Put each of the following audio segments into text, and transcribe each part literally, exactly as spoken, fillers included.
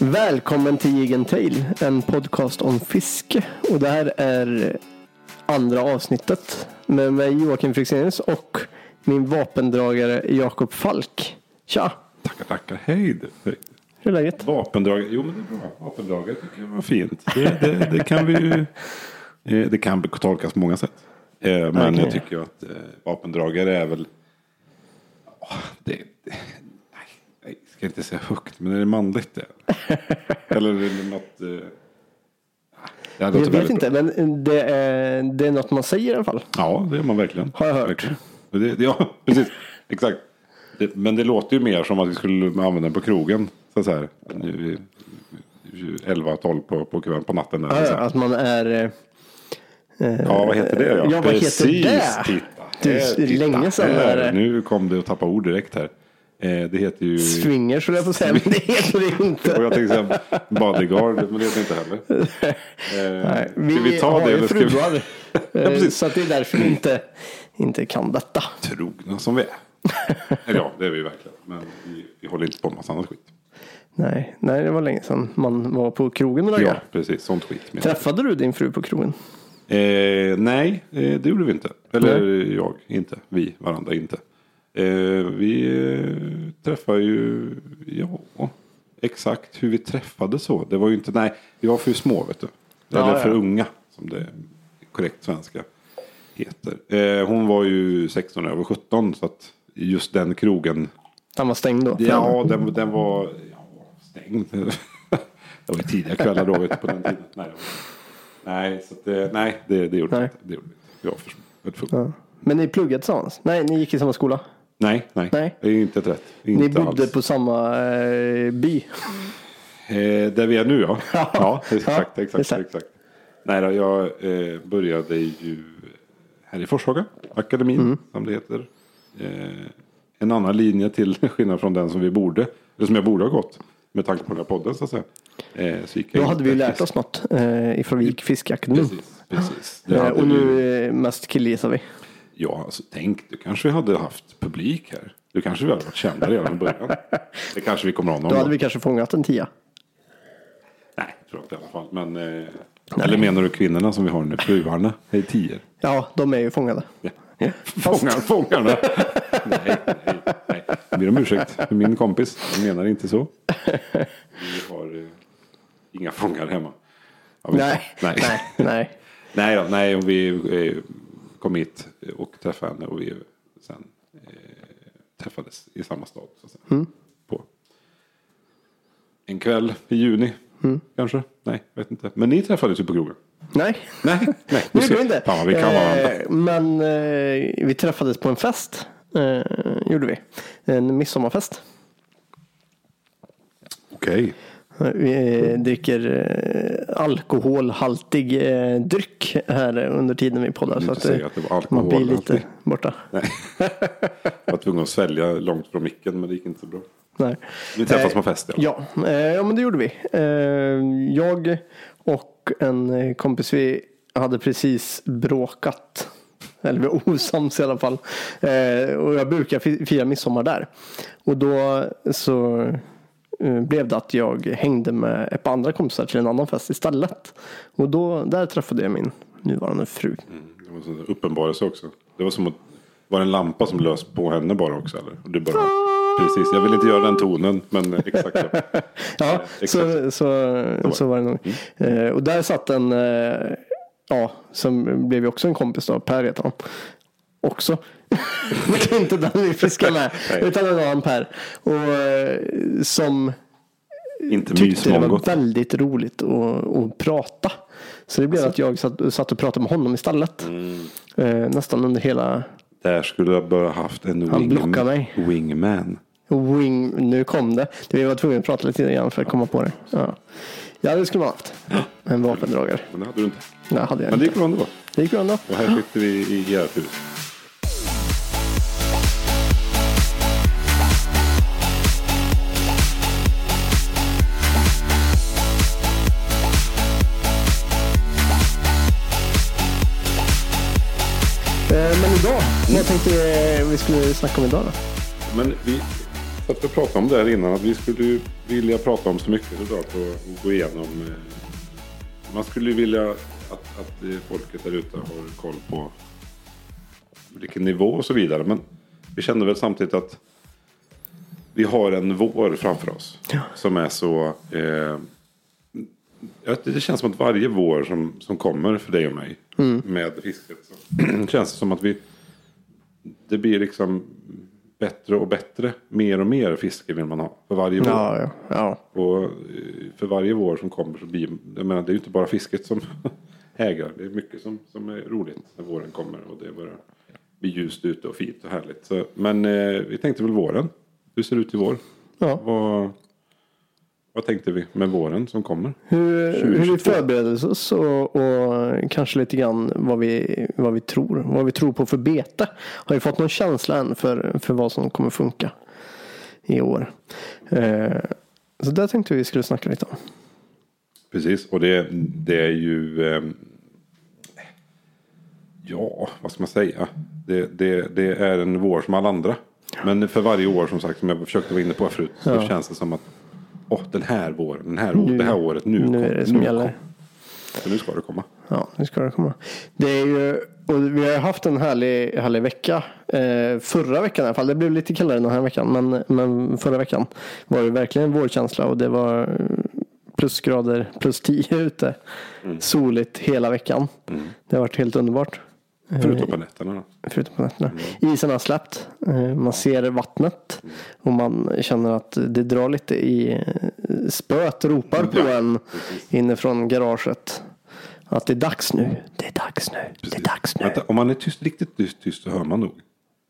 Välkommen till Jig Tail, en podcast om fiske. Och det här är andra avsnittet med mig Joakim Frixenius och min vapendragare Jakob Falk. Tja! Tackar, tackar. Hej du. Hur är läget? Vapendragare, jo men det är bra. Vapendragare tycker jag var fint. Det, det, det kan vi ju, det kan tolkas på många sätt. Men okay. Jag tycker att vapendragare är väl, det, det nej, jag ska inte säga högt, men är det manligt det? Eller är det något... Det jag vet inte, bra. Men det är, det är något man säger i alla fall. Ja, det är man verkligen. Har jag hört. Det, ja, precis. Exakt. Det, men det låter ju mer som att vi skulle använda den på krogen. Så, så här, nu elva tolv på, på kvällen på natten. Där, ja, så att man är... Eh, ja, vad heter det? Ja, ja vad precis, heter det? Titta. Du, här, titta länge sedan här. är det. Nu kom det att tappa ord direkt här. Eh, det heter ju... Swinger skulle jag få säga, men det heter det inte. Och jag tänkte säga bodyguard, men det heter inte heller. Eh, Nej, vi, vi ta har det, ju fruar. Ja, så att det är därför vi inte, inte kan detta. Trogna som vi är. Eller ja, det är vi verkligen. Men vi, vi håller inte på med massa annat skit. Nej, nej, det var länge sedan man var på krogen och ja, precis, sånt skit. Träffade du din fru på krogen? Eh, nej, eh, det gjorde vi inte. Eller nej. jag, inte. Vi, varandra, inte. Eh, vi eh, träffade ju, ja, exakt hur vi träffade så. Det var ju inte, nej, vi var för små, vet du. Eller ja, för ja. unga, som det korrekt svenska heter. Eh, hon var ju sexton och jag var sjutton, så att just den krogen... Den var stängd då? Ja, den, den var ja, stängd. Det var ju tidiga kvällar då, vet du, på den tiden. Nej, nej, så att, nej det, det gjorde vi inte. Det gjorde vi inte. Jag var för, för ja. Men ni pluggade tillsammans? Nej, ni gick i samma skola? Nej, nej. nej. Det är inte rätt. Inte ni bodde alls. På samma eh, by? Eh, där vi är nu, ja. Ja, exakt, ja, exakt, exakt. exakt. Nej då, jag eh, började ju här i Forshaga, akademin, mm. som det heter. Eh, en annan linje till skillnad från den som vi borde, eller som jag borde ha gått, med tanke på den här podden, så att säga. Eh, så Då hade vi ju lärt oss något eh, ifrån vi gick fiskakademin. Precis, precis. Eh, och nu vi... mest killgissar vi. Ja, alltså tänk, du kanske hade haft publik här. Du kanske vi hade varit kända redan i början. Det kanske vi kommer att ha någon Då hade gång. vi kanske fångat en tia. Nej, tror jag inte i alla fall. Men, eh, eller menar du kvinnorna som vi har nu, fruarna, är tior? Ja, de är ju fångade. Ja. Ja. Fångar, fångarna. nej, nej, nej. Jag ber om ursäkt för min kompis. Jag menar inte så. Vi har eh, inga fångar hemma. Nej, nej, nej. Nej, nej, då, nej vi eh, kom hit och träffade henne och vi sen eh, träffades i samma stad. Så att säga. Mm. På en kväll i juni. Mm. Kanske? Nej, vet inte. Men ni träffades ju på krogen. Nej. Nej, nej. Det gjorde vi inte. Fan, vi kan eh, men eh, vi träffades på en fest. Eh, gjorde vi. En midsommarfest. Okej. Okay. Vi dricker eh, alkoholhaltig eh, dryck här under tiden vi poddar. Så att, att det var man blir lite borta. Nej. Jag var tvungen att svälja långt från micken, men det gick inte så bra. Nej. Vi träffades på fest, ja. Ja, eh, ja, men det gjorde vi. Eh, jag och en kompis, vi hade precis bråkat. Eller vi var osams i alla fall. Eh, och jag brukar fira midsommar där. Och då så eh, blev det att jag hängde med ett par andra kompisar till en annan fest istället. Och då, där träffade jag min nuvarande fru. Mm, det var så uppenbarelse också. Det var som att, var det en lampa som lös på henne bara också, eller? Och du bara... Precis, jag vill inte göra den tonen, men exakt så. Ja, exakt. Så, så, så var det nog. Mm. Eh, och där satt en, eh, ja, som blev ju också en kompis då, Per heter han. Också. Men inte den vi fiskar med, utan en annan Per. Och eh, som inte tyckte det var väldigt roligt att, att prata. Så det blev alltså, att jag satt, satt och pratade med honom istället. Mm. Eh, nästan under hela... Där skulle jag bara haft en wing, wingman. Wing, nu kom det. Vi var tvungna att prata lite grann för att komma på det. Ja, ja det skulle man haft. En vapendragare. Men det hade du inte. Nej, hade jag Men det inte. gick bra ändå. Det gick bra ändå. Och här sitter vi i ert hus. Men idag, vad tänkte vi skulle snacka om idag då? Men vi, satt och pratade om det här innan. Att vi skulle ju vilja prata om så mycket såklart. Och, och gå igenom. Eh, man skulle ju vilja att, att folket där ute har koll på vilken nivå och så vidare. Men vi kände väl samtidigt att vi har en vår framför oss. Ja. Som är så... Eh, det känns som att varje vår som, som kommer för dig och mig. Mm. Med fisket. Så känns det som att vi... Det blir liksom bättre och bättre. Mer och mer fiske vill man ha. För varje vår. Ja, ja, ja. Och för varje vår som kommer så blir... Jag menar, det är ju inte bara fisket som hägrar. Det är mycket som, som är roligt när våren kommer. Och det börjar bli ljust ute och fint och härligt. Så, men eh, vi tänkte väl våren. Hur ser det ut i vår? Ja. Vad, vad tänkte vi med våren som kommer? Hur, hur vi förbereder oss och, och kanske lite grann vad vi, vad vi tror. Vad vi tror på för bete. Har vi fått någon känsla än för, för vad som kommer funka i år? Eh, så där tänkte vi skulle snacka lite om. Precis, och det, det är ju... Eh, ja, vad ska man säga? Det, det, det är en vår som alla andra. Men för varje år som sagt, som jag försökte vara inne på förut, så ja. Känns det som att åh, den här våren, den här, nu, det här året, nu, nu kom, är det som nu gäller. Så nu ska det komma. Ja, nu ska det komma. Det är ju, och vi har haft en härlig, härlig vecka. Eh, förra veckan i alla fall, det blev lite kallare den här veckan, men, men förra veckan var det verkligen vårkänsla och det var plusgrader, plus tio ute. Mm. Soligt hela veckan. Mm. Det har varit helt underbart. Förutom på nätterna då? Förutom på nätterna. Mm. Isen har släppt. Man ser vattnet. Mm. Och man känner att det drar lite i spöt. Ropar på ja, en precis. Inifrån garaget. Att det är dags nu. Det är dags nu. Precis. Det är dags nu. Vänta, om man är tyst, riktigt tyst, tyst så hör man nog.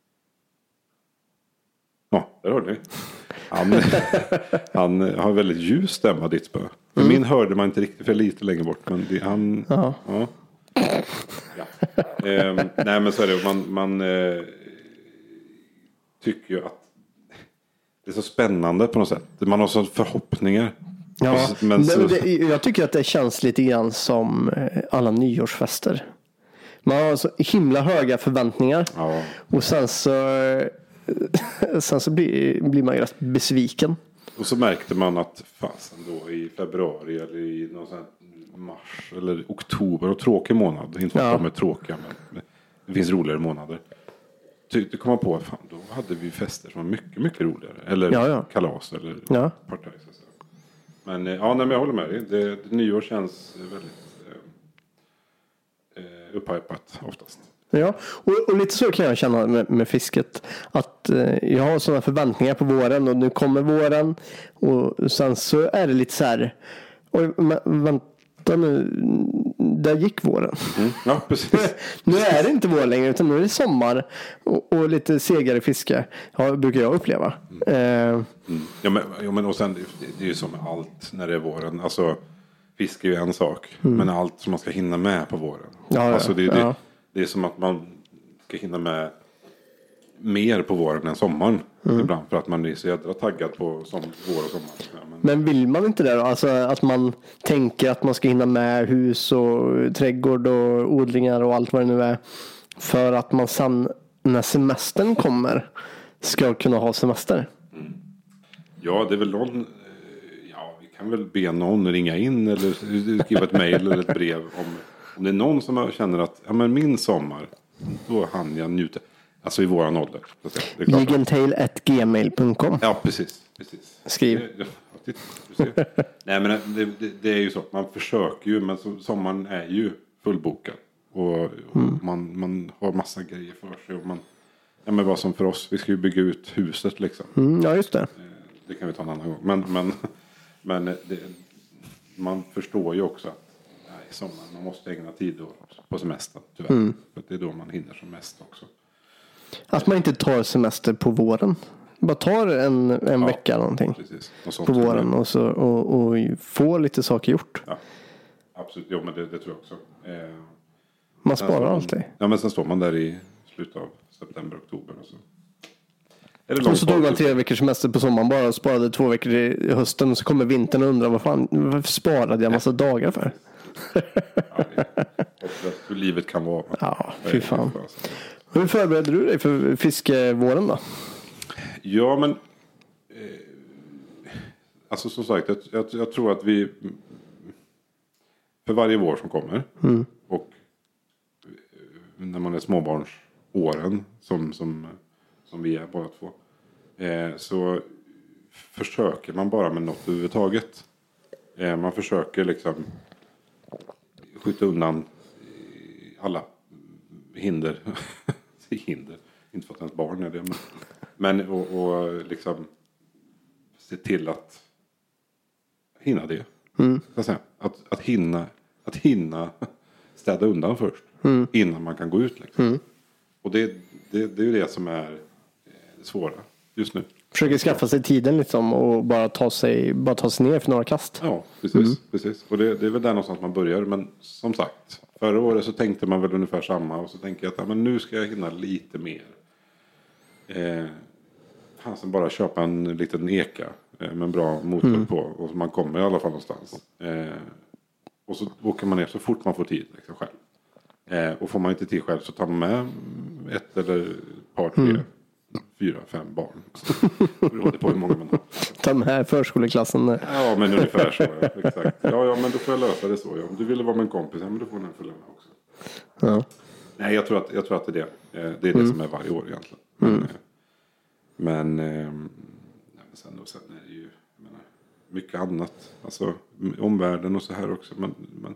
Ja, där hörde ni. Han, han har väldigt ljus stämma, ditt spö. För mm. min hörde man inte riktigt, för lite längre bort. Men det, han... Ja. ja. Ja. Eh, nej men så är det. Man, man eh, tycker ju att det är så spännande på något sätt. Man har så förhoppningar. Ja, men så... det, jag tycker att det känns lite grann som alla nyårsfester. Man har så himla höga förväntningar. Ja. Och sen så sen så blir, blir man ju rätt besviken. Och så märkte man att fasen då i februari eller i någon sån här mars eller oktober, och tråkig månad. Inte för att ja. De är tråkiga, men det finns roligare månader. Tyckte komma på, fan, då hade vi fester som var mycket, mycket roligare. Eller ja, ja. Kalas eller ja. Partaj. Men ja, nej, men jag håller med dig. Det, det nyår känns väldigt eh, upphypat oftast. Ja, och, och lite så kan jag känna med, med fisket. Att eh, jag har sådana förväntningar på våren och nu kommer våren. Och sen så är det lite så här, oj, men, vänta nu, där gick våren. Mm, ja, precis. Nu är det inte vår längre utan nu är det sommar och, och lite segare fiske, ja, brukar jag uppleva. Mm. Eh. Mm. Ja, men, ja, men och sen, det, det är ju som med allt när det är våren. Alltså, fiske är ju en sak, mm. men allt som man ska hinna med på våren. Ja, alltså, det, ja. det, det är som att man ska hinna med mer på våren än sommaren. Mm. Ibland för att man är så jädra taggad på som, vår och sommar. Ja, men... men vill man inte det då? Alltså att man tänker att man ska hinna med hus och trädgård och odlingar och allt vad det nu är. För att man sen när semestern kommer ska kunna ha semester. Mm. Ja, det är väl någon... Ja, vi kan väl be någon ringa in eller skriva ett mejl eller ett brev om, om det är någon som känner att ja, men min sommar, då hann jag njuta. Alltså i våran ålder. Jigentail at gmail punkt com. Ja, precis. precis. Skriv. Det, det, Nej, men det, det, det är ju så. Man försöker ju, men så, sommaren är ju fullbokad. Och, och mm. man, man har massa grejer för sig. Och man, ja, men vad som för oss, vi ska ju bygga ut huset liksom. Mm, ja, just det. Det kan vi ta en annan gång. Men, men, men det, man förstår ju också att nej, sommaren, man måste ägna tid på semester, tyvärr. Mm. För det är då man hinner som mest också. Att man inte tar semester på våren. Bara tar en, en ja, vecka eller någonting. På våren och, så, och, och får lite saker gjort. Ja, absolut. Jo, men det, det tror jag också. Eh, man sparar man, alltid. Ja, men sen står man där i slutet av september, oktober. Och så, är det och så tog man tre veckors semester på sommaren bara och sparade två veckor i hösten. Och så kommer vintern och undrar vad fan, varför sparade jag massa ja. dagar för? Ja, det, hur livet kan vara. Ja, fy fan. Hur förbereder du dig för fiskevåren då? Ja, men Alltså som sagt, jag, jag, jag tror att vi för varje vår som kommer mm. och när man är småbarnsåren som, som, som vi är båda två, eh, så försöker man bara med något överhuvudtaget. Eh, man försöker liksom skjuta undan alla hinder. hinder. Inte för att ens barn är det. Men, men och, och liksom se till att hinna det. Mm. Att, säga, att, att, hinna, att hinna städa undan först. Mm. Innan man kan gå ut. Liksom. Mm. Och det, det, det är ju det som är det svåra just nu. Försöker skaffa sig tiden liksom och bara ta sig, bara ta sig ner för några kast. Ja, precis. Mm. precis. Och det, det är väl där någonstans man börjar. Men som sagt, förra året så tänkte man väl ungefär samma. Och så tänker jag att ja, men nu ska jag hinna lite mer. Eh, fanns bara köpa en liten eka eh, med en bra motor mm. på. Och så man kommer i alla fall någonstans. Eh, och så åker man ner så fort man får tid liksom, själv. Eh, och får man inte tid själv så tar man med ett eller ett par, tre, mm. fyra, fem barn. Det beror på hur många man har. Ta med förskoleklassen där. Ja, men ungefär så. Ja. Exakt. Ja, ja, men då får jag lösa det så. Ja. Om du ville vara med en kompis, ja, men då får den följa med också. Ja. Nej, jag tror att, jag tror att det är det. Eh, det är det mm. som är varje år egentligen. Men, mm. men, eh, men sen, och sen är det ju jag menar, mycket annat. Alltså omvärlden och så här också. Men, men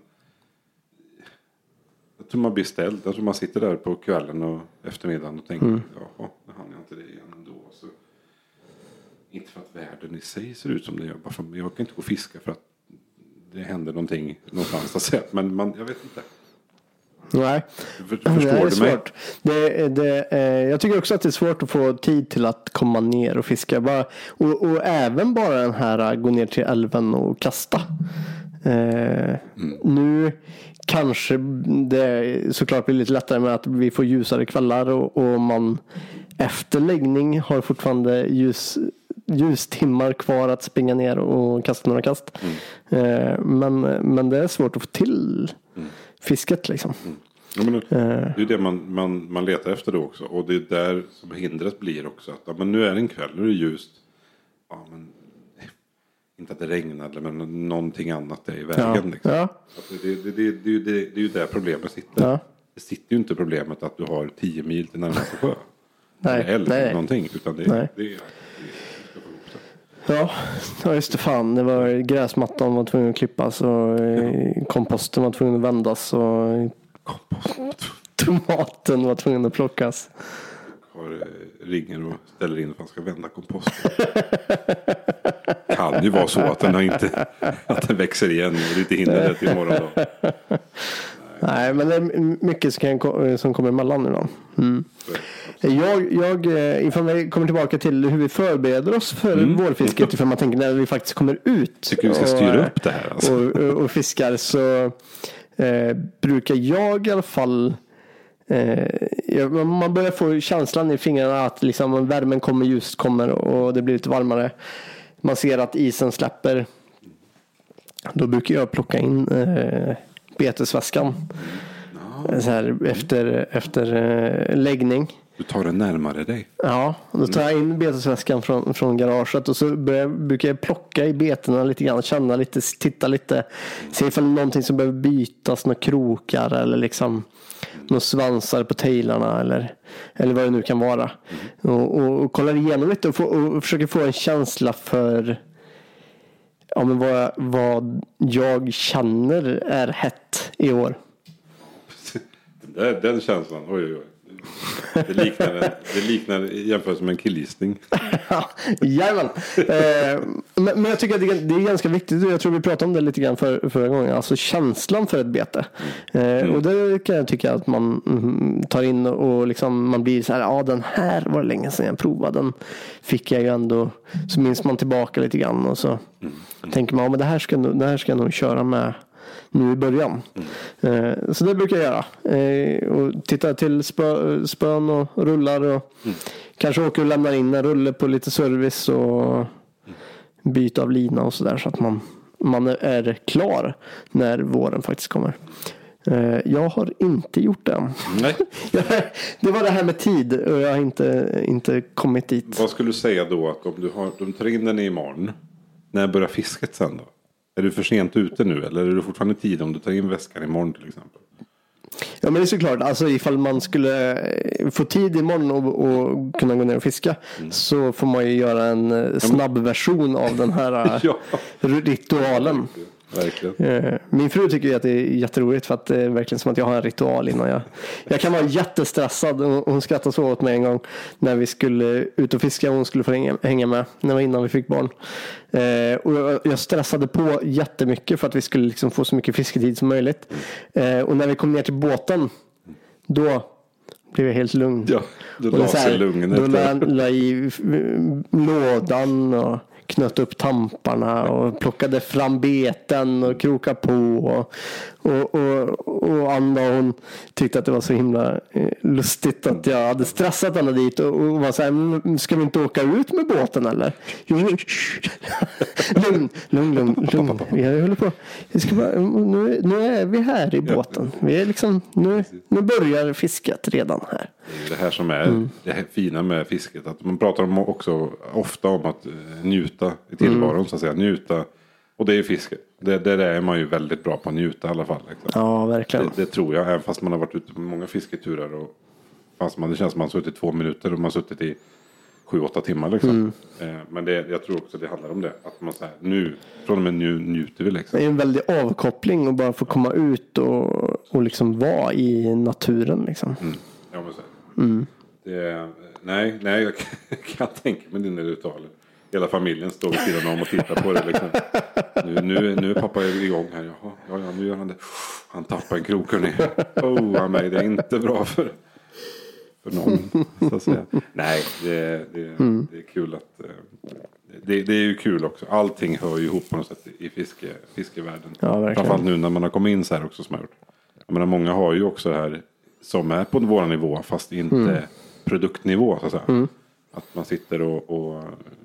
jag tror man blir ställd. Jag tror man sitter där på kvällen och eftermiddagen och tänker mm. jaha, nu hann jag inte det igen ändå. Så, inte för att världen i sig ser ut som det gör. Bara för, jag kan inte gå och fiska för att det händer någonting någonstans att säga. Men man, jag vet inte. Nej, för, förstår det är du svårt. Det, det, eh, jag tycker också att det är svårt att få tid till att komma ner och fiska. Bara, och, och även bara den här gå ner till älven och kasta. Eh, mm. Nu kanske det såklart blir lite lättare med att vi får ljusare kvällar och, och man efter läggning har fortfarande ljus, ljustimmar kvar att springa ner och kasta några kast. Mm. Eh, men, men det är svårt att få till mm. fisket liksom. Mm. Ja, men det är ju det man, man, man letar efter då också. Och det är där som hindret blir också. Att ja, men nu är det en kväll, nu är det ljust. Ja, men inte att det regnar, men någonting annat är i vägen. Ja. Liksom. Ja. Alltså det, det, det, det, det, det är ju där problemet sitter. Ja. Det sitter ju inte problemet att du har tio mil till närmaste sjö. Nej, eller nej. någonting. Utan det, nej. det, det, det, Ja, ja, just det fan. Det var gräsmattan var tvungen att klippas och komposten var tvungen att vändas och kompost. Tomaten var tvungen att plockas. Har, ringer och ställer in för att han ska vända komposten. Kan ju vara så att den har inte att den växer igen och det inte hinner det till imorgon då. Nej. Nej, men det är mycket som, kan, som kommer emellan nu då. Mm. Jag, jag, ifall vi kommer tillbaka till hur vi förbereder oss för mm. vårfisket, ifall man tänker när vi faktiskt kommer ut. Tycker vi ska styra upp det här alltså. och, och, och fiskar så eh, brukar jag i alla fall eh, man börjar få känslan i fingrarna att liksom värmen kommer, ljus kommer och det blir lite varmare. Man ser att isen släpper. Då brukar jag plocka in eh, betesväskan mm. så här, efter, efter eh, läggning. Du tar den närmare dig. Ja, då tar jag in betesväskan från, från garaget och så börjar, brukar jag plocka i betena lite grann, känna lite, titta lite, se ifall det är någonting som behöver bytas, några krokar eller liksom några svansar på tailarna eller, eller vad det nu kan vara. Mm. Och, och, och kollar igenom lite och, få, och försöker få en känsla för ja, men vad, vad jag känner är hett i år. Den, den känslan, oj oj oj. Det liknar, en, det liknar jämfört med en killgissning. Ja, jajamän. Eh, men, men jag tycker att det är, det är ganska viktigt. Jag tror vi pratade om det lite grann för, förra gången. Alltså känslan för ett bete. Eh, mm. Och det kan jag tycka att man mm, tar in och liksom man blir så här, ja den här var det länge sedan jag provade. Den fick jag ju ändå. Så minns man tillbaka lite grann och så mm. tänker man, ja men det här ska, det här ska jag nog köra med nu i början. Mm. Eh, så det brukar jag göra. Eh, och titta till spö, spön och rullar och mm. kanske åker och lämnar in en rulle på lite service och mm. byta av lina och sådär så att man, man är klar när våren faktiskt kommer. Eh, jag har inte gjort det. Nej. Det var det här med tid och jag har inte, inte kommit dit. Vad skulle du säga då att om du, har, de tar in den imorgon, när börjar fisket sen då? Är du för sent ute nu eller är du fortfarande tid om du tar in väskan imorgon till exempel? Ja, men det är såklart, alltså ifall man skulle få tid imorgon och, och kunna gå ner och fiska mm. så får man ju göra en snabb version av den här ja. ritualen. Verkligen. Min fru tycker ju att det är jätteroligt för att det är verkligen som att jag har en ritual innan jag... Jag kan vara jättestressad och hon skrattade så åt mig en gång när vi skulle ut och fiska och hon skulle få hänga med när var innan vi fick barn. Och jag stressade på jättemycket för att vi skulle liksom få så mycket fisketid som möjligt. Och när vi kom ner till båten då blev jag helt lugn. Ja, då la sig lugnet. Då la, la i lådan och knöt upp tamparna och plockade fram beten och kroka på och, och, och, och Anna hon tyckte att det var så himla lustigt att jag hade stressat henne dit och, och var så här, ska vi inte åka ut med båten eller? lugn, lugn, lugn, lugn. Jag håller på. Jag ska bara, nu, nu är vi här i båten. Vi är liksom, nu, nu börjar fisket redan här. Det är det här som är mm. det här fina med fisket. Att man pratar om också ofta om att njuta i tillvaron mm. så att säga. Njuta. Och det är ju fisket. Det, det är man ju väldigt bra på att njuta i alla fall. Liksom. Ja, verkligen. Det, det tror jag. Även fast man har varit ute på många fisketurer. Och fast man, det känns som man har suttit i två minuter och man har suttit i sju, åtta timmar. Liksom. Mm. Eh, men det, jag tror också det handlar om det. Att man säger nu, från och med nu njuter vi. Liksom. Det är en väldig avkoppling och bara få komma ut och, och liksom vara i naturen. Liksom. Mm. Ja, men så. Mm. Det, nej, nej, jag kan tänka mig dina ritualer. Hela familjen står vid sidan om och tittar på det. Liksom. Nu, nu, nu är pappa igång här. Jaha, ja, ja, nu gör han det. Han tappar en krokörning. Oh, mig, det är inte bra för, för någon. Så att säga. Nej, det, det, mm. det är kul att... Det, det är ju kul också. Allting hör ju ihop på något sätt i fiske, fiskevärlden. Ja, framförallt nu när man har kommit in så här också som har gjort. Jag menar, många har ju också det här som är på vår nivå fast inte mm. produktnivå så att säga. Mm. Att man sitter och, och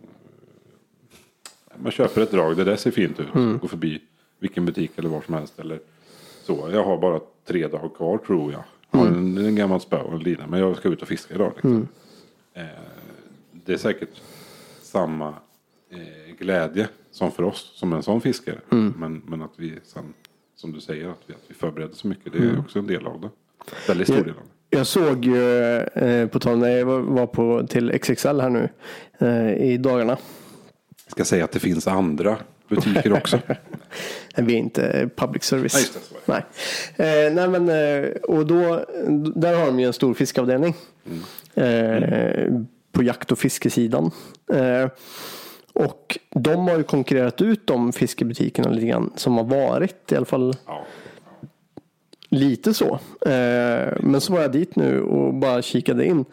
man köper ett drag, det där ser fint ut. Mm. Går förbi vilken butik eller var som helst eller så. Jag har bara tre dagar kvar tror jag. Jag har en, en gammal spö och en lina men jag ska ut och fiska idag. Liksom. Mm. Eh, det är säkert samma eh, glädje som för oss som en sån fiskare. Mm. Men, men att vi sen, som du säger, att vi, att vi förbereder så mycket. Det är mm. också en del av det. Väldigt stor del av det. Jag såg ju eh, på tal när jag var på till X X L här nu eh, i dagarna. Jag ska säga att det finns andra butiker också. Vi är inte public service. Nej, just det, nej. Eh, nej men eh, och då där har de ju en stor fiskavdelning. Mm. Eh, mm. På jakt- och fiskesidan. Eh, och de har ju konkurrerat ut de fiskebutikerna lite grann som har varit i alla fall. Ja. Lite så. Eh, men så var jag dit nu och bara kikade in.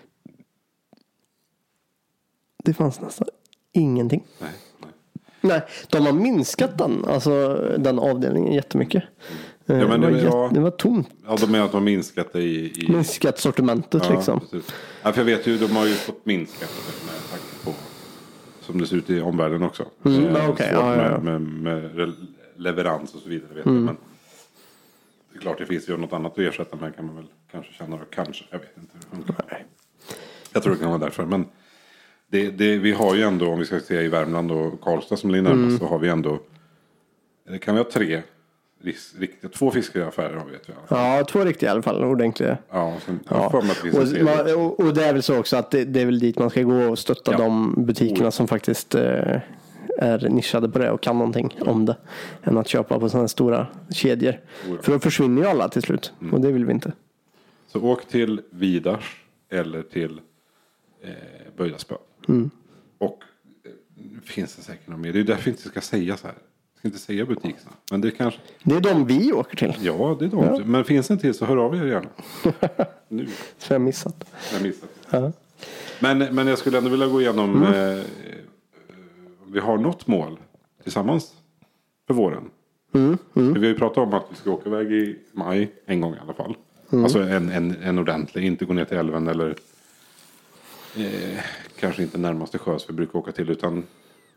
Det fanns nästan ingenting. Nej, nej. Nej, de har minskat den, alltså den avdelningen jättemycket. Ja, men det, det, var, ja, jätt, det var tomt. Ja, de menar att de har minskat det i... i... Minskat sortimentet ja, liksom. Ja, för jag vet ju, de har ju fått minskat med tanke på som det ser ut i omvärlden också. Mm, eh, okay, ja, med, ja. med, med, med leverans och så vidare, vet mm. jag. Men det är klart, det finns ju något annat att ersätta med kan man väl kanske känna. Kanske, jag vet inte hur det funkar. Nej. Jag tror det kan vara därför, men det, det, vi har ju ändå, om vi ska se i Värmland och Karlstad som ligger närmast, mm. så har vi ändå, det kan vi ha tre riktiga, två fiskaffärer har vi, vet vi. Ja, två riktiga i alla fall, ordentliga. Ja, sen, ja. Att vi och, man, och, och det är väl så också att det, det är väl dit man ska gå och stötta ja. de butikerna oh. som faktiskt eh, är nischade på det och kan någonting ja. om det, än att köpa på sådana stora kedjor. Oh, ja. För då försvinner ju alla till slut, mm. och det vill vi inte. Så åk till Vidars eller till eh, Böjda spö. Mm. Och eh, finns det säkert något mer. Det är därför jag inte ska säga så här. Jag ska inte säga butikerna. Men det kanske... Det är de vi åker till. Ja, det är de. Ja. Men finns det en till så hör av er gärna. Nu. Så jag har missat. Jag har missat. Ja. Men, men jag skulle ändå vilja gå igenom. Mm. Eh, vi har något mål tillsammans för våren. Mm. Mm. Vi har ju pratat om att vi ska åka iväg i maj en gång i alla fall. Mm. Alltså en, en, en ordentlig. Inte gå ner till älven eller eh, kanske inte närmaste sjö vi brukar åka till. Utan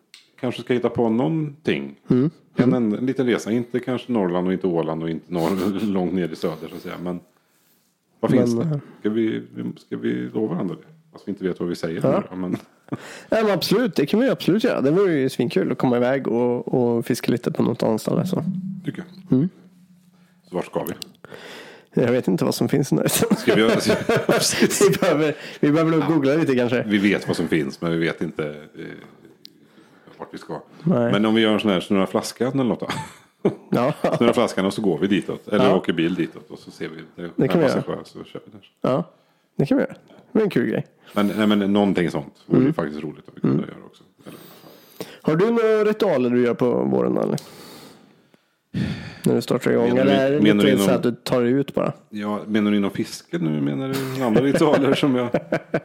kanske ska hitta på någonting. Mm. En, en, en liten resa. Inte kanske Norrland och inte Åland och inte norr, långt ner i söder så att säga. Men vad finns Men, det? Ska vi, ska vi lova varandra det? Fast vi inte vet vad vi säger. Ja. Nu, men... Ja, men absolut, det kan vi absolut göra. Det vore ju svinkul att komma iväg och, och fiska lite på något annat ställe. Så. Tycker jag. Mm. Så vart ska vi? Jag vet inte vad som finns nu. Ska vi, göra... vi, behöver, vi behöver nog googla lite kanske. Vi vet vad som finns men vi vet inte eh, vart vi ska. Nej. Men om vi gör en sån här snurra flaskan eller något då? Ja. Snurra flaskan och så går vi ditåt. Eller Ja. åker bil ditåt och så ser vi. Det, det kan vi göra. Sjö, så kör vi där. Ja, det kan vi göra. Det är en kul grej. Men, nej, men någonting sånt vore Mm. ju faktiskt roligt att vi kunde Mm. göra också. Eller, Har du några ritualer du gör på våren eller? När du startar igång? Menar du- Eller är det menar du lite så inom- att du tar dig ut bara? ja, menar du inom fiske nu? Menar du andra ritualer som jag...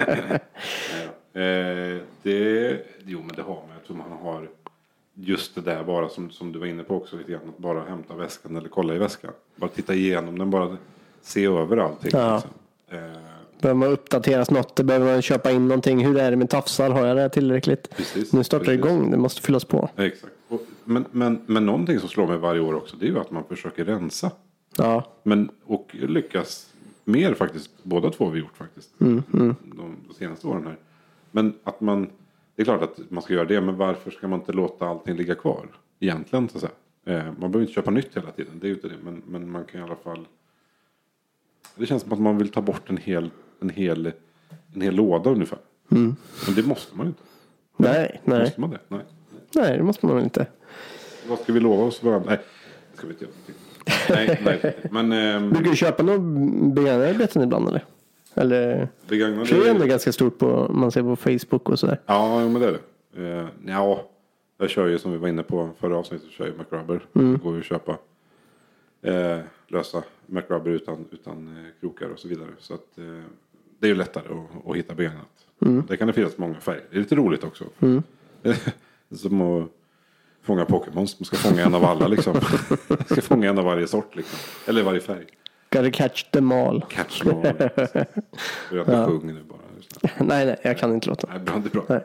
eh, det, jo, men det har man. Jag tror man har just det där bara som, som du var inne på också lite grann. Att bara hämta väskan eller kolla i väskan. Bara titta igenom den, bara se över allting. Ja. Liksom. Eh, Behöver man uppdateras något? Behöver man köpa in någonting? Hur är det med tafsar? Har jag det här tillräckligt? Precis, Nu startar det precis. igång. Det måste fyllas på. exakt. Och, men, men, men någonting som slår mig varje år också, det är ju att man försöker rensa. Ja. Men, och lyckas mer faktiskt. Båda två har vi gjort faktiskt. Mm, mm. De, de senaste åren här. Men att man, det är klart att man ska göra det. Men varför ska man inte låta allting ligga kvar? Egentligen så att säga. Eh, man behöver inte köpa nytt hela tiden. Det är ju inte det. Men, men man kan i alla fall. Det känns som att man vill ta bort en hel, en hel, en hel låda ungefär. Mm. Men det måste man ju inte. Nej, nej. Måste man det? Nej. Nej, det måste man väl inte. Vad ska vi lova oss varandra? Nej, det ska vi inte göra. Nej, nej. Men ehm, Brukar du köpa några begagnade beten ibland eller? Eller? begagnade... För det är ändå ganska stort på, man ser på Facebook och sådär. Ja, men det är det. Eh, ja, jag kör ju som vi var inne på förra avsnittet, så kör jag McRubber. Mm. Det går ju att köpa eh, lösa McRubber utan, utan eh, krokar och så vidare. Så att, eh, det är ju lättare att, att hitta begagnat. Mm. Det kan det finnas många färger. Det är lite roligt också. Mm. Som att fånga Pokémons. Man ska fånga en av alla liksom. Man ska fånga en av varje sort liksom. Eller varje färg. Gotta catch them all. Catch them all. Jag inte Ja. sjunga nu bara. nej, nej, jag kan inte låta. Nej, bra, det är bra. Nej.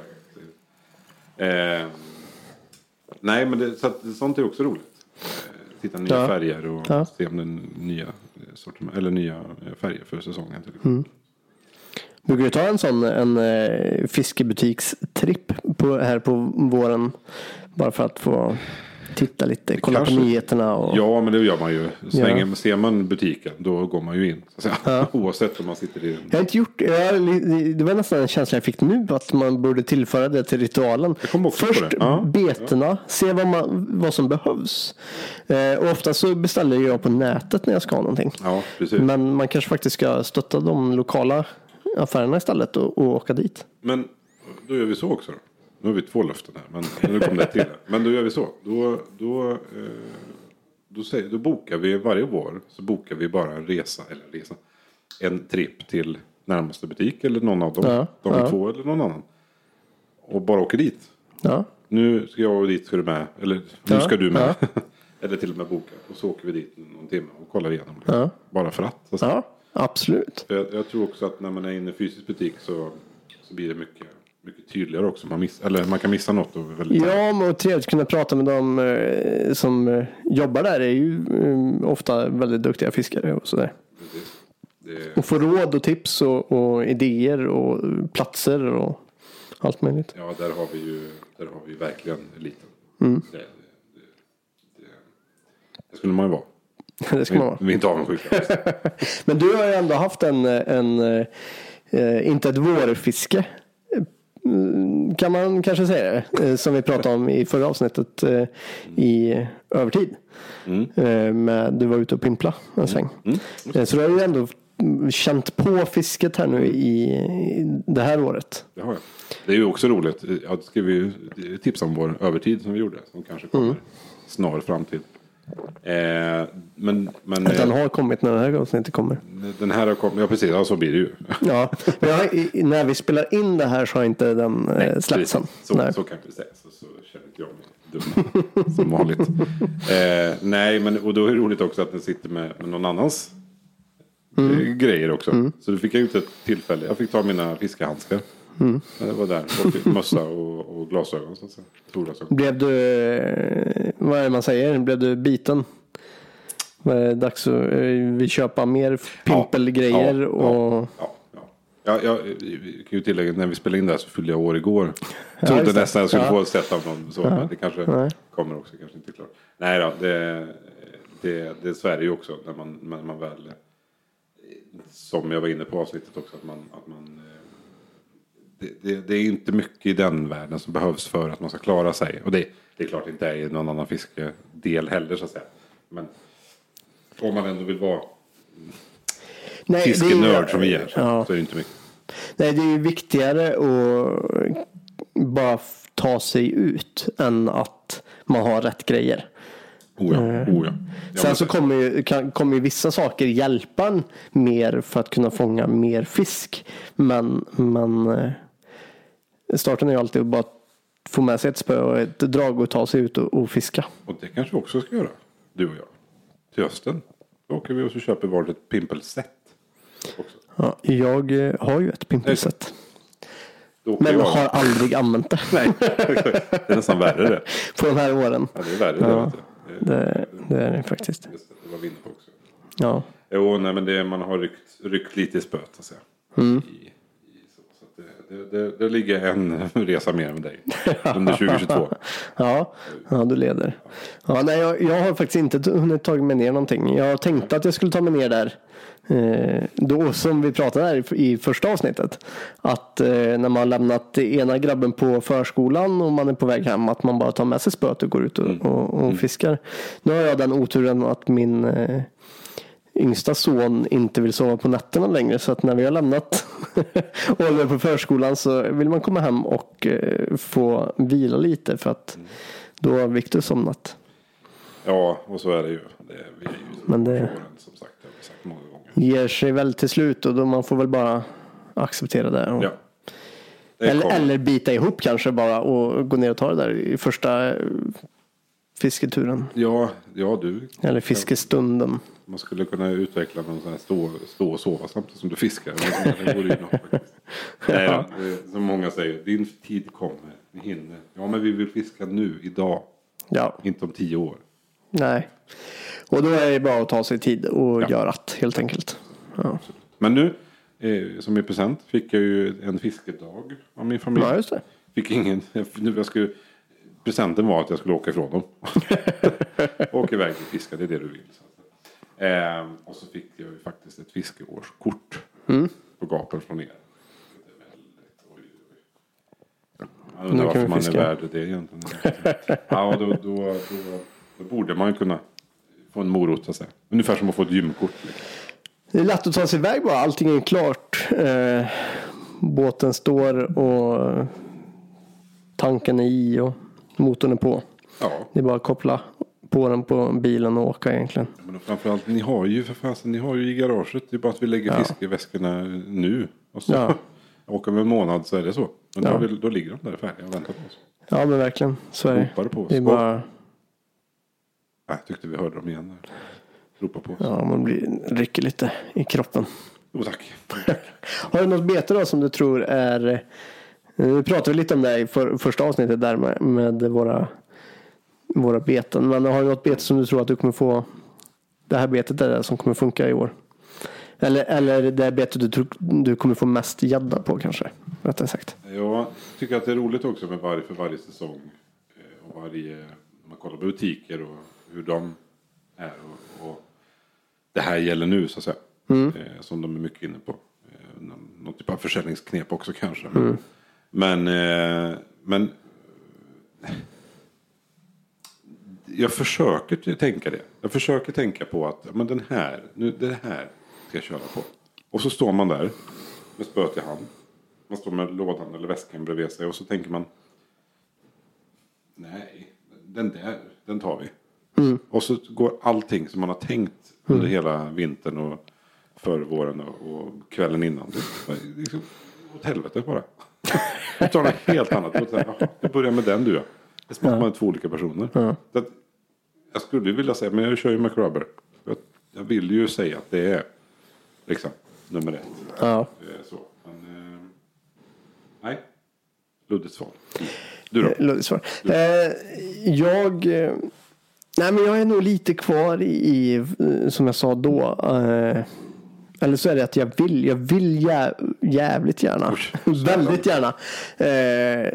Eh, nej, men det, så att, sånt är också roligt. Eh, titta nya Ja. färger och Ja. se om det är nya sorter, eller nya färger för säsongen. Till exempel. Mm. Brukar du ta en sån en eh, fiskebutikstripp på, här på våren? Bara för att få titta lite, kolla kanske- på nyheterna och... Ja, men det gör man ju. Svänger, Ja. Ser man butiken, då går man ju in. Så att säga. Ja. Oavsett om man sitter i... Jag har inte gjort, jag, det var nästan en känsla jag fick nu att man borde tillföra det till ritualen. Jag kom också på Först det. Ja. betena, se vad, man, vad som behövs. Eh, och ofta så beställer jag på nätet när jag ska ha någonting. Ja, precis. Men man kanske faktiskt ska stötta de lokala affärerna istället och, och åka dit. Men då gör vi så också då. Nu har vi två löften här, men nu kommer det till. Men då gör vi så. Då, då, eh, då, säger, då bokar vi varje år, så bokar vi bara en resa, eller en resa, en tripp till närmaste butik eller någon av dem. Ja, de ja. två eller någon annan. Och bara åker dit. Ja, Nu ska jag och dit, ska du med. Eller nu Ja, ska du med. Eller till och med boka. Och så åker vi dit någon timme och kollar igenom det. Ja. Bara för att. Så att säga. ja absolut. För jag, jag tror också att när man är inne i fysisk butik så, så blir det mycket, mycket tydligare också. Man, miss, eller man kan missa något. Och väldigt Ja, men och trevligt att kunna prata med dem eh, som eh, jobbar där. Är ju eh, ofta väldigt duktiga fiskare och sådär. Precis. Det, Och få råd och tips och, och idéer och platser och allt möjligt. ja, där har vi ju där har vi verkligen eliten. Mm. Det, det, det, det skulle man ju vara. Det ska Vi, man vara. vi är inte avundsjuka. Men du har ju ändå haft en, en eh, inte ett vårfiske. Mm, kan man kanske säga det. Eh, som vi pratade om i förra avsnittet eh, i övertid. Mm. Eh, med, du var ute och pimpla en sväng. Mm. Eh, så du har ju ändå känt på fisket här nu i, i det här året. Det har jag. Det är ju också roligt. Jag ska vi tipsa om vår övertid som vi gjorde. Som kanske kommer Mm. snar framtid. Eh, men men Att den eh, har kommit när det här avsnittet kommer. den här har kommit. Ja, precis. Ja, så blir det ju. Ja, men jag, har- i- när vi spelar in det här så har inte den eh, släppts än. Precis. Så, Nej. så kan vi säga. Så, så känner inte jag mig dum som vanligt. Eh, nej, men och då är det roligt också att den sitter med, med någon annans Mm. eh, grejer också. Så då fick jag ut ett tillfälle. Jag fick ta mina fiskehandskar. Mm. Det var där. Och mössa och, och glasögon så att säga. Solglasögon. Blev du, vad är det man säger? Blev du biten? Var det dags att vi köpa mer pimpelgrejer? Ja, och... ja, ja, ja. Ja, jag kan ju tillägga när vi spelade in det här så fyllde jag år igår. Ja, Trodde nästan jag skulle ja. få ett sätt av någon så, Ja. men det kanske Nej. kommer också, kanske inte klart. Nej då, det, det, det svär ju också när man, när man väl, som jag var inne på avsnittet också, att man, att man det, det, det är inte mycket i den världen som behövs för att man ska klara sig. Och det, det är klart inte är i någon annan fiskedel heller så att säga. Men om man ändå vill vara Nej, fiskenörd som vi är så, ja. så är det inte mycket. Nej, det är ju viktigare att bara ta sig ut än att man har rätt grejer. Oh ja, oh ja. Ja, Sen men- så kommer ju, kan, kommer ju vissa saker hjälpa en mer för att kunna fånga mer fisk. Men, men eh, starten är ju alltid att bara få med sig ett spö och ett drag och ta sig ut och, och fiska. Och det kanske vi också ska göra, du och jag. Till hösten. Då åker vi och så köper var ett pimpelset. Också. Ja, jag eh, har ju ett pimpelset. Då åker Men jag. har aldrig använt det. Nej, det är nästan värre det. På de här åren. Ja, det är värre Ja, det. det, det är det faktiskt. Det, det var vi inne på också. Ja. Jo, nej, men det, man har ryckt, ryckt lite i spöt, så att säga. Mm. I, i, så, så att det, det, det, det ligger en resa mer med dig under tjugohundratjugotvå. Ja, ja, du leder. Ja, nej, jag, jag har faktiskt inte hunnit ta mig ner någonting. Jag tänkte att jag skulle ta mig ner där. Eh, då som vi pratade här i, i första avsnittet. Att eh, när man har lämnat ena grabben på förskolan och man är på väg hem. Att man bara tar med sig spöet och går ut och, Mm. och, och fiskar. Nu har jag den oturen att min eh, yngsta son inte vill sova på nätterna längre. Så att när vi har lämnat Oliver på förskolan så vill man komma hem och eh, få vila lite. För att då har Victor somnat. Ja, och så är det ju. Det, vi är ju Men det- åren, som sagt, det har vi sagt många gånger. Ger sig väl till slut och då man får väl bara acceptera det. Och, Ja. Det eller, kommer. eller bita ihop kanske bara och gå ner och ta det där i första eh, fisketuren. Ja, ja, du. Eller fiskestunden. Man skulle kunna utveckla någon sån här stå, stå och sova samtidigt som du fiskar. Men det vore ju något faktiskt. Nej då, det, som många säger, din tid kommer, ni hinner. Ja, men vi vill fiska nu, idag. Ja, Inte om tio år. nej. Och då är det bara att ta sig tid och Ja. göra det helt enkelt. Ja, Men nu, eh, som i present, fick jag ju en fiskedag av min familj. ja just det. Fick ingen, nu jag skulle, presenten var att jag skulle åka ifrån dem. Åka iväg och fiska, det är det du vill. Så. Eh, och så fick jag ju faktiskt ett fiskeårskort Mm. på gapen från er. Det är väldigt, oj, oj. Jag Nu undrar kan varför vi man fiska. är värd det egentligen. Ja, då, då, då, då borde man ju kunna få en morot så att säga. Ungefär som att få ett gymkort. Liksom. Det är lätt att ta sig iväg bara. Allting är klart. Eh, båten står och tanken är i och motorn är på. Ja, Det är bara att koppla på den på bilen och åka egentligen. men framförallt, ni har ju för fasen, ni har ju i garaget. Det är bara att vi lägger Ja. fiskeväskorna nu. Och så Ja. åker vi en månad så är det så. Men Ja. då, vill, då ligger de där färdiga och väntar på oss. Ja men verkligen. Så är det. Ropar på oss. Det är bara, Nej, jag tyckte vi hörde dem igen där. Ropa på oss. ja man blir, rycker lite i kroppen. Oh, tack. Har du något bete då som du tror är... Nu pratade vi lite om det i för, första avsnittet där med, med våra, våra beten. Men har du något bete som du tror att du kommer få... Det här betet är det som kommer funka i år? Eller, eller det betet du tror du kommer få mest gädda på kanske? Rättare sagt. Jag tycker att det är roligt också med varje, för varje säsong. eh, Och varje, när man kollar på butiker och hur de är. Och, och det här gäller nu så att säga. Mm. Eh, som de är mycket inne på. Eh, någon, någon typ av försäljningsknep också kanske. Men, men, eh, men jag försöker tänka det. Jag försöker tänka på att men den här, nu, det här ska jag köra på. Och så står man där med spöet i hand. Man står med lådan eller väskan bredvid sig och så tänker man nej, den där, den tar vi. Mm. Och så går allting som man har tänkt under hela vintern och förvåren och, och kvällen innan. Det är liksom åt helvete bara. Du tar något helt annat. Jaha, det börjar med den du. Det smakar man två olika personer. Ja. Så att, jag skulle vilja säga, men jag kör ju McRubber. Jag, jag vill ju säga att det är liksom nummer ett. Ja. Eh, Så. Men, eh, Nej. Luddigt svar. Du då? Luddigt svar. Eh, jag... Eh, nej, men jag är nog lite kvar i, i som jag sa då. Eh, eller så är det att jag vill. Jag vill jä, jävligt gärna. Usch, väldigt gärna. Eh,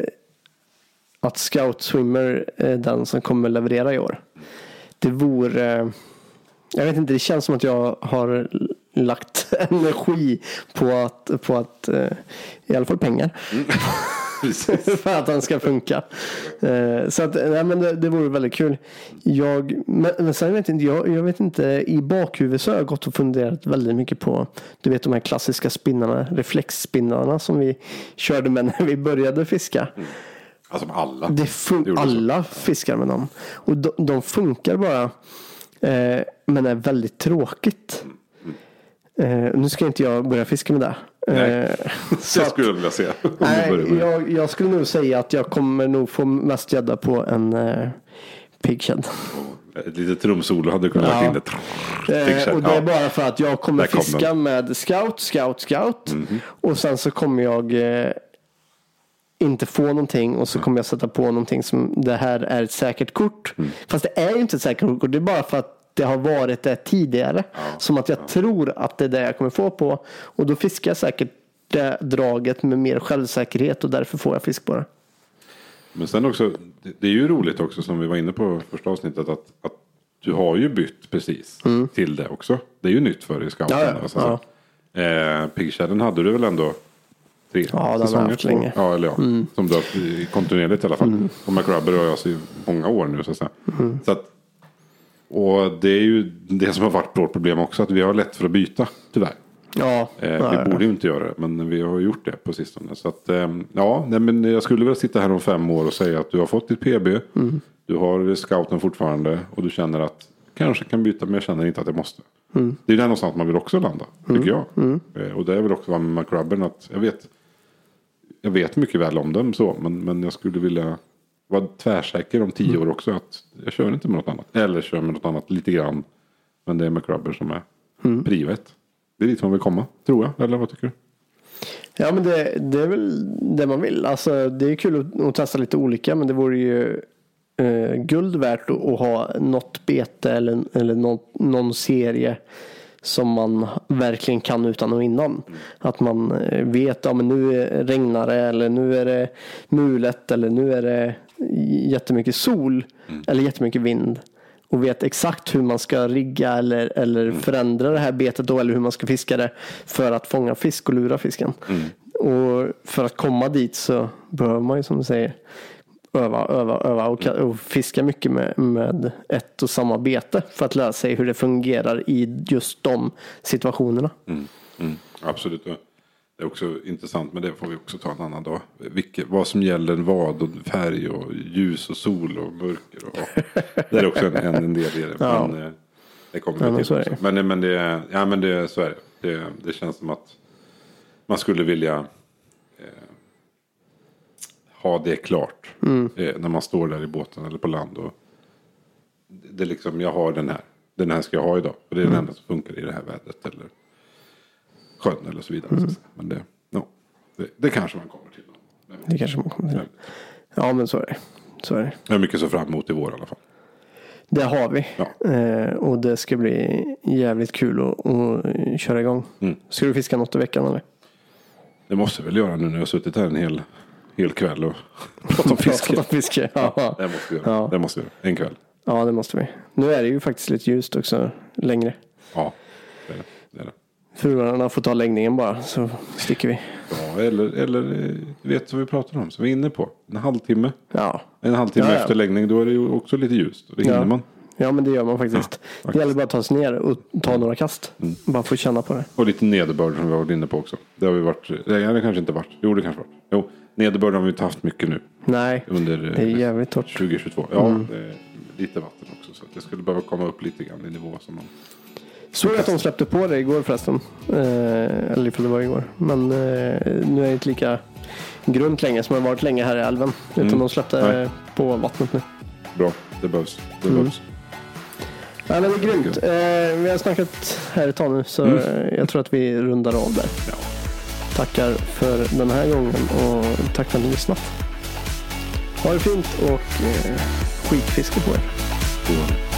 att Scout Swimmer är den som kommer leverera i år. Det vore... Eh, jag vet inte, det känns som att jag har lagt energi på att, på att eh, i alla fall pengar. Mm. För att den ska funka. Eh, så att, nej, men det, det vore väldigt kul. Jag, men, men sen vet inte, jag, jag vet inte, i bakhuvudet så har jag gått och funderat väldigt mycket på, du vet de här klassiska spinnarna, reflexspinnarna som vi körde med när vi började fiska. Mm. Alltså alla. Det fun- det alla fiskar med dem. Och de, de funkar bara, eh, men är väldigt tråkigt. Mm. Eh, nu ska inte jag börja fiska med det. Nej, så det skulle jag vilja se. Nej, jag, jag skulle nog säga att jag kommer nog få mest gädda på en eh, pigshed. Ett litet trumsolo hade kunnat ja. in det. Eh, och det är bara för att jag kommer fiska kommer. med scout, scout, scout. Mm-hmm. Och sen så kommer jag eh, inte få någonting. Och så kommer jag sätta på någonting som det här är ett säkert kort. Mm. Fast det är ju inte ett säkert kort. Det är bara för att det har varit det tidigare. Ja, som att jag ja. tror att det är det jag kommer få på. Och då fiskar jag säkert det draget med mer självsäkerhet. Och därför får jag fisk på det. Men sen också, det är ju roligt också som vi var inne på första avsnittet. Att, att du har ju bytt precis mm. till det också. Det är ju nytt för i scouten. Ja, ja, alltså. ja. Eh, Pigsheden hade du väl ändå tre ja, den säsonger? Haft länge. Ja, eller ja. Mm. Som du har kontinuerligt i alla fall. Mm. Och McRubber har jag alltså i många år nu så att säga. Mm. Så att och det är ju det som har varit vårt problem också. Att vi har lätt för att byta, tyvärr. Ja, eh, vi ja, borde ju inte göra det. Men vi har gjort det på sistone. Så att, eh, ja, nej, men jag skulle väl sitta här om fem år och säga att du har fått ditt P B. Mm. Du har scouten fortfarande. Och du känner att kanske kan byta. Men jag känner inte att jag måste. Mm. Det är där någonstans man vill också landa, tycker mm. jag. Mm. Eh, och det är väl också med McRubbern att jag vet. Jag vet mycket väl om dem så. Men, men jag skulle vilja... var tvärsäker om tio mm. år också att jag kör inte med något annat. Eller kör med något annat lite grann. Men det är McRubber som är mm. privet. Det är dit man vill komma, tror jag. Eller vad tycker du? Ja, men det, det är väl det man vill. Alltså, det är kul att, att testa lite olika. Men det vore ju eh, guld värt att, att ha något bete eller, eller någon, någon serie som man verkligen kan utan och innan. Mm. Att man vet, ja men nu regnar det eller nu är det mulet eller nu är det jättemycket sol mm. eller jättemycket vind. Och vet exakt hur man ska rigga eller, eller mm. förändra det här betet då eller hur man ska fiska det för att fånga fisk och lura fisken. Mm. Och för att komma dit så behöver man ju som du säger öva, öva, öva och, och fiska mycket med, med ett och samma bete för att lära sig hur det fungerar i just de situationerna. Mm, mm, absolut. Det är också intressant, men det får vi också ta en annan dag. Vilket, vad som gäller vad och färg och ljus och sol och mörker. Och, det är också en, en, en del i det. Ja. Men det kommer ja, men till också. Men, men, det, ja, men det är så är det. det. Det känns som att man skulle vilja eh, ha det klart mm. eh, när man står där i båten eller på land och det är liksom, jag har den här den här ska jag ha idag och det är mm. den enda som funkar i det här vädret eller sjön eller så vidare mm. så men det, no, det, det kanske man kommer till det, det kanske man kommer till ja men så är det så är det. Jag är mycket så fram emot i vår i alla fall. Det har vi ja. eh, och det ska bli jävligt kul att, att köra igång. Mm. Ska du fiska något i veckan eller? Det måste jag väl göra nu när jag har suttit här en hel hel kväll och pratat om fiske. om fiske. Ja. Ja, det måste vi göra. Ja. Det måste vi göra. En kväll. Ja, det måste vi. Nu är det ju faktiskt lite ljust också längre. Ja, det är det. det, är det. Fruarna får ta läggningen bara så sticker vi. Ja, eller, eller du vet vad vi pratar om. Så vi är inne på en halvtimme. Ja. En halvtimme ja, ja. efter läggning då är det ju också lite ljust. Och det hinner ja. man. Ja, men det gör man faktiskt. Ja, faktiskt. Det gäller bara att ta sig ner och ta några kast. Mm. Bara få känna på det. Och lite nederbörd som vi har varit inne på också. Det har vi varit, det har det kanske inte varit. Jo, det kanske varit. Jo, nederbörd har vi inte haft mycket nu. Nej, under, det är jävligt torrt. tjugo tjugotvå. Ja, mm. det är lite vatten också. Så det skulle behöva komma upp lite grann i nivå som man... Såg att de släppte på det igår förresten. Eh, eller ifall det var igår. Men eh, nu är det inte lika grunt länge som det har varit länge här i älven. Utan mm. de släppte Nej. på vattnet nu. Bra, det behövs. Det mm. behövs. Ja, men det är grymt. Eh, vi har snackat här ett tag nu så mm. jag tror att vi rundar av där. Ja. tackar för den här gången och tack för att ni lyssnat. Ha det fint och eh, skitfiske på er.